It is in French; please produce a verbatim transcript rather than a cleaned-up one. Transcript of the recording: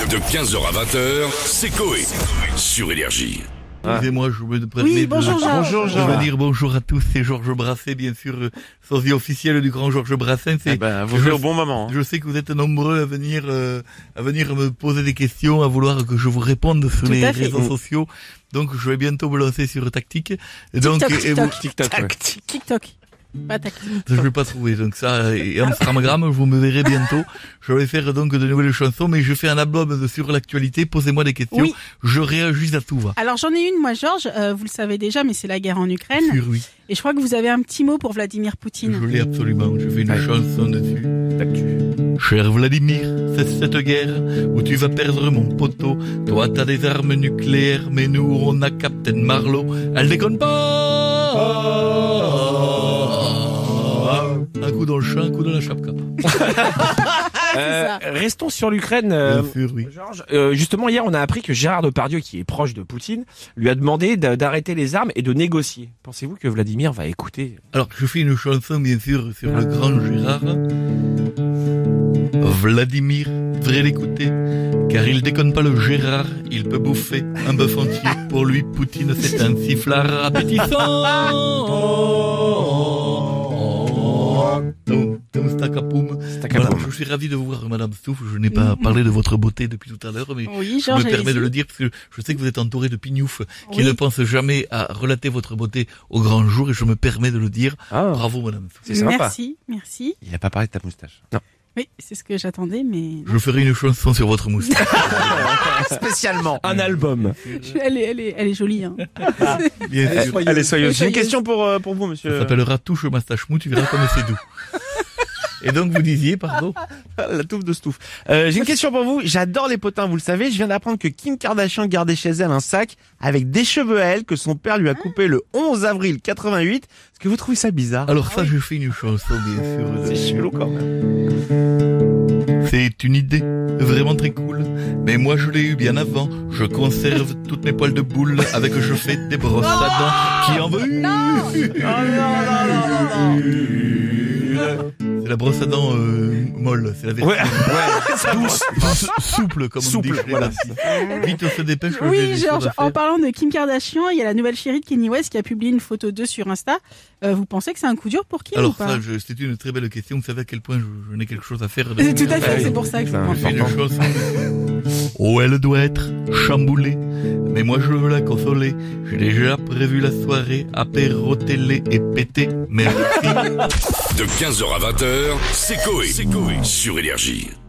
De quinze heures à vingt heures, c'est Coé. Sur Énergie. Excusez-moi, je me permets Oui, de, bonjour Georges. bonjour, de dire bonjour à tous. C'est Georges Brassens, bien sûr, euh, sosie officiel du grand Georges Brassens. Eh ben, vous je, jouez au bon moment. Hein. Je sais que vous êtes nombreux à venir, euh, à venir me poser des questions, à vouloir que je vous réponde sur Tout les à fait. réseaux sociaux. Donc, je vais bientôt me lancer sur Tactique. Et donc, TikTok, et vous, TikTok. TikTok, ouais. TikTok. Pas tactique. je vais pas trouver. Donc ça, et Instagram, vous me verrez bientôt. Je vais faire donc de nouvelles chansons, mais je fais un album sur l'actualité. Posez-moi des questions. Oui. Je réagis à tout va. Alors j'en ai une, moi Georges, euh, vous le savez déjà, mais c'est la guerre en Ukraine. Sur oui. Et je crois que vous avez un petit mot pour Vladimir Poutine. Je l'ai absolument. Je fais une Ouais. chanson dessus. D'actu. Cher Vladimir, c'est cette guerre où tu vas perdre mon poteau. Toi t'as des armes nucléaires, mais nous on a Captain Marlowe. Elle déconne pas. Un coup dans le champ, un coup dans la chapka. Euh, ça. restons sur l'Ukraine. euh, Bien sûr, oui. Georges, euh, justement, hier, on a appris que Gérard Depardieu, qui est proche de Poutine, lui a demandé d'a- d'arrêter les armes et de négocier. Pensez-vous que Vladimir va écouter? Alors, je fais une chanson, bien sûr, sur le grand Gérard. Vladimir, devrait l'écouter, car il déconne pas le Gérard, il peut bouffer un bœuf entier. Pour lui, Poutine, c'est un sifflard appétissant. Toum, toum, staccapoum. Staccapoum. Voilà, je suis ravi de vous voir, Madame Stouff. Je n'ai pas parlé de votre beauté depuis tout à l'heure, mais Oui, je Georges. me permets de allez-y. le dire parce que je sais que vous êtes entouré de pignoufs qui Oui. ne pensent jamais à relater votre beauté au grand jour, et je me permets de le dire. Ah, Bravo, Madame Stouff. c'est sympa. Merci, merci. Il a pas parlé de ta moustache. Non. Oui, c'est ce que j'attendais, mais Je ferai une chanson sur votre moustache. Spécialement. Un album. elle est, elle est, elle est jolie. Hein. Bien sûr. Allez, soyez. J'ai une Soyeuse. question pour, euh, pour vous, Ça monsieur. s'appellera Touche Moustache Mou, tu verras comme c'est doux. Et donc vous disiez, pardon. La touffe de Stouff. Euh, j'ai une question pour vous. J'adore les potins, vous le savez. Je viens d'apprendre que Kim Kardashian gardait chez elle un sac avec des cheveux à elle que son père lui a coupé le onze avril quatre-vingt-huit. Est-ce que vous trouvez ça bizarre? Alors ça, je fais une chanson, bien sûr. C'est chelou quand même. C'est une idée vraiment très cool, mais moi je l'ai eu bien avant. Je conserve toutes mes poils de boule avec je fais des brosses à dents. Qui en veut une? C'est la brosse à dents euh, molle, c'est la version Ouais, ouais. douce, douce, souple comme Souple, on dit. chez voilà. les- Vite on se dépêche. j'ai Oui, des choses Georges, à faire. en parlant de Kim Kardashian, il y a la nouvelle chérie de Kanye West qui a publié une photo d'eux sur Insta. Euh, vous pensez que c'est un coup dur pour Kim ou Alors pas? ça, je- c'est une très belle question. Vous savez à quel point je, je n'ai quelque chose à faire. de- C'est tout à Ah fait, oui. c'est pour ça que je Ça, vous Je demande. fais une chanson. Oh, elle doit être chamboulée, mais moi je veux la consoler. J'ai déjà prévu la soirée, apéro télé et pété. Merci. De quinze heures à vingt heures, c'est Coé. Sur Énergie.